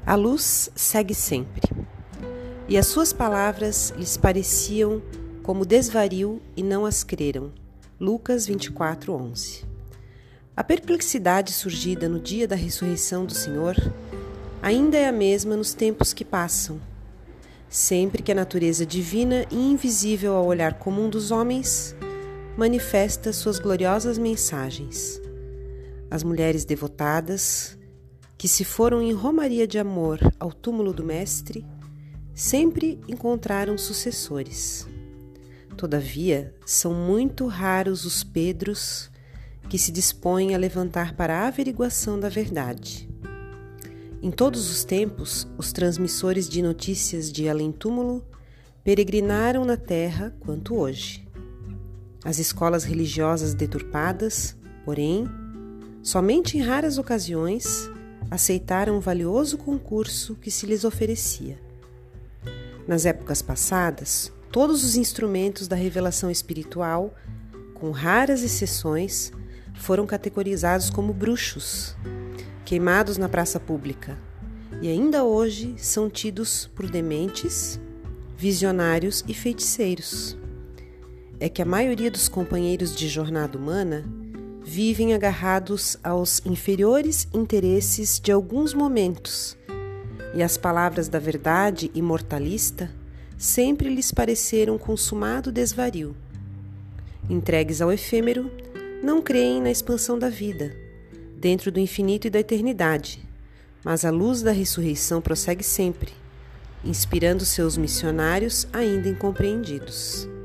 A luz segue sempre, e as suas palavras lhes pareciam como desvario e não as creram. Lucas 24:11. A perplexidade surgida no dia da ressurreição do Senhor ainda é a mesma nos tempos que passam. Sempre que a natureza divina e invisível ao olhar comum dos homens manifesta suas gloriosas mensagens. As mulheres devotadas, que se foram em romaria de amor ao túmulo do Mestre, sempre encontraram sucessores. Todavia, são muito raros os Pedros que se dispõem a levantar para a averiguação da verdade. Em todos os tempos, os transmissores de notícias de além-túmulo peregrinaram na terra quanto hoje. As escolas religiosas deturpadas, porém, somente em raras ocasiões, aceitaram o valioso concurso que se lhes oferecia. Nas épocas passadas, todos os instrumentos da revelação espiritual, com raras exceções, foram categorizados como bruxos, queimados na praça pública, e ainda hoje são tidos por dementes, visionários e feiticeiros. É que a maioria dos companheiros de jornada humana vivem agarrados aos inferiores interesses de alguns momentos, e as palavras da verdade imortalista sempre lhes pareceram consumado desvario. Entregues ao efêmero, não creem na expansão da vida, dentro do infinito e da eternidade, mas a luz da ressurreição prossegue sempre, inspirando seus missionários ainda incompreendidos.